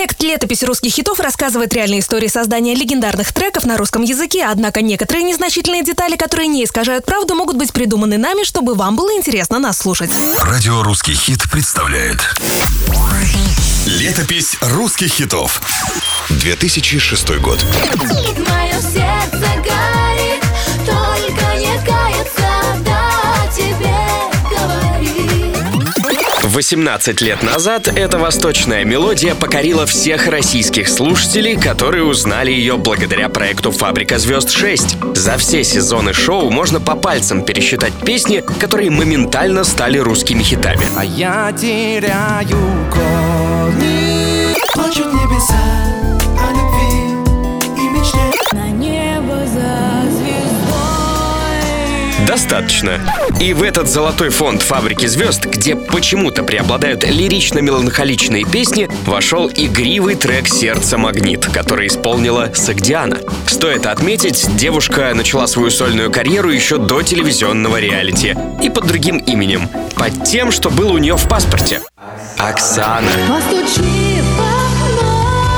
Проект «Летопись русских хитов» рассказывает реальные истории создания легендарных треков на русском языке, однако некоторые незначительные детали, которые не искажают правду, могут быть придуманы нами, чтобы вам было интересно нас слушать. Радио «Русский хит» представляет «Летопись русских хитов». 2006 год. Мое сердце горит, только не кается, да тебе говорит. 18 лет назад эта восточная мелодия покорила всех российских слушателей, которые узнали ее благодаря проекту «Фабрика звезд 6». За все сезоны шоу можно по пальцам пересчитать песни, которые моментально стали русскими хитами. А я теряю корни. Плачут небеса о любви и мечте. На небо за звездой. Достаточно. И в этот золотой фонд «Фабрики звезд», где почему-то преобладают лирично-меланхоличные песни, вошел игривый трек «Сердце магнит», который исполнила Согдиана. Стоит отметить, девушка начала свою сольную карьеру еще до телевизионного реалити. И под другим именем. Под тем, что было у нее в паспорте. Оксана. Постучи в окно,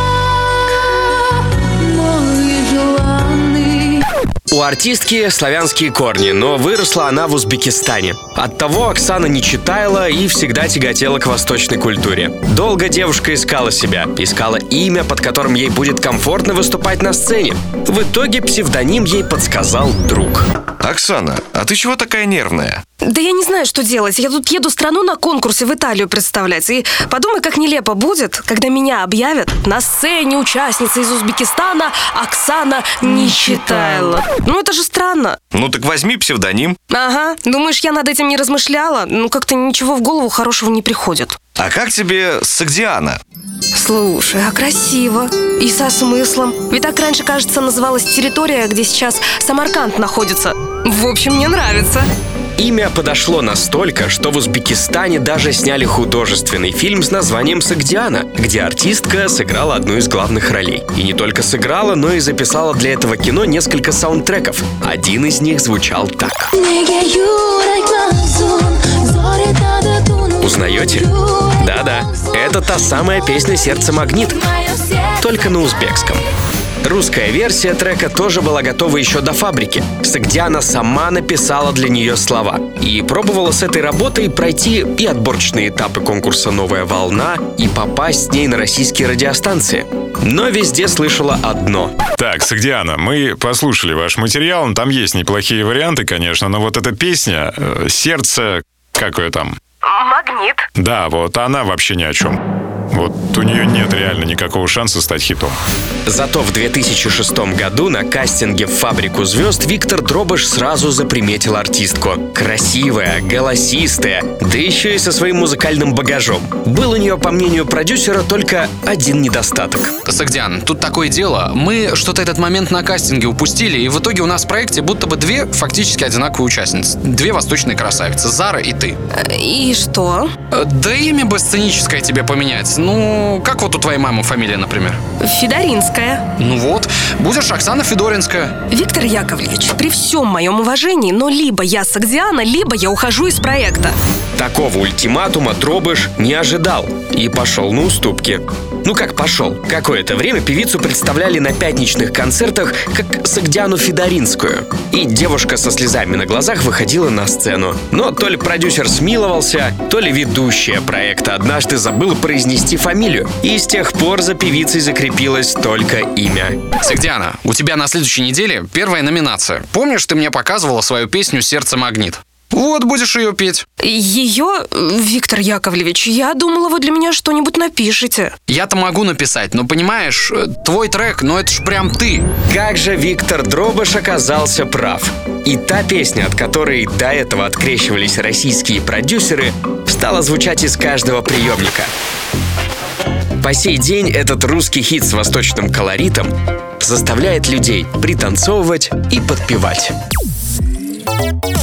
мой желанный. У артистки славянские корни, но выросла она в Узбекистане. Оттого Оксана не читала и всегда тяготела к восточной культуре. Долго девушка искала себя, искала имя, под которым ей будет комфортно выступать на сцене. В итоге псевдоним ей подсказал друг. Оксана, а ты чего такая нервная? Да я не знаю, что делать. Я тут еду страну на конкурсе в Италию представлять. И подумай, как нелепо будет, когда меня объявят на сцене участница из Узбекистана Оксана Нечитайло. Ну это же странно. Ну так возьми псевдоним. Ага. Думаешь, я над этим не размышляла? Ну как-то ничего в голову хорошего не приходит. А как тебе Согдиана? Слушай, а красиво. И со смыслом. Ведь так раньше, кажется, называлась территория, где сейчас Самарканд находится. В общем, мне нравится. Имя подошло настолько, что в Узбекистане даже сняли художественный фильм с названием «Согдиана», где артистка сыграла одну из главных ролей. И не только сыграла, но и записала для этого кино несколько саундтреков. Один из них звучал так. Узнаете? Да-да, это та самая песня «Сердце магнит», только на узбекском. Русская версия трека тоже была готова еще до «Фабрики». Согдиана сама написала для нее слова. И пробовала с этой работой пройти и отборочные этапы конкурса «Новая волна», и попасть с ней на российские радиостанции. Но везде слышала одно. Так, Согдиана, мы послушали ваш материал, там есть неплохие варианты, конечно, но вот эта песня «Сердце», как ее там? Магнит. Да, вот она вообще ни о чем. Вот у нее нет реально никакого шанса стать хитом. Зато в 2006 году на кастинге в «Фабрику звезд» Виктор Дробыш сразу заприметил артистку. Красивая, голосистая, да еще и со своим музыкальным багажом. Был у нее, по мнению продюсера, только один недостаток. Согдиан, тут такое дело. Мы что-то этот момент на кастинге упустили, и в итоге у нас в проекте будто бы две фактически одинаковые участницы. Две восточные красавицы, Зара и ты. И что? Да имя бы сценическое тебе поменять. Ну, как вот у твоей мамы фамилия, например? Федоринская. Ну вот, будешь Оксана Федоринская. Виктор Яковлевич, при всем моем уважении, но либо я Согдиана, либо я ухожу из проекта. Такого ультиматума Дробыш не ожидал и пошел на уступки. Ну как пошел? Какое-то время певицу представляли на пятничных концертах как Согдиану Федоринскую. И девушка со слезами на глазах выходила на сцену. Но то ли продюсер смиловался, то ли ведущая проекта однажды забыла произнести фамилию. И с тех пор за певицей закрепилось только имя. Согдиана, у тебя на следующей неделе первая номинация. Помнишь, ты мне показывала свою песню «Сердце магнит»? Вот, будешь ее петь. Ее, Виктор Яковлевич, я думала, вы для меня что-нибудь напишете. Я-то могу написать, но понимаешь, твой трек, ну это ж прям ты. Как же Виктор Дробыш оказался прав. И та песня, от которой до этого открещивались российские продюсеры, стала звучать из каждого приемника. По сей день этот русский хит с восточным колоритом заставляет людей пританцовывать и подпевать.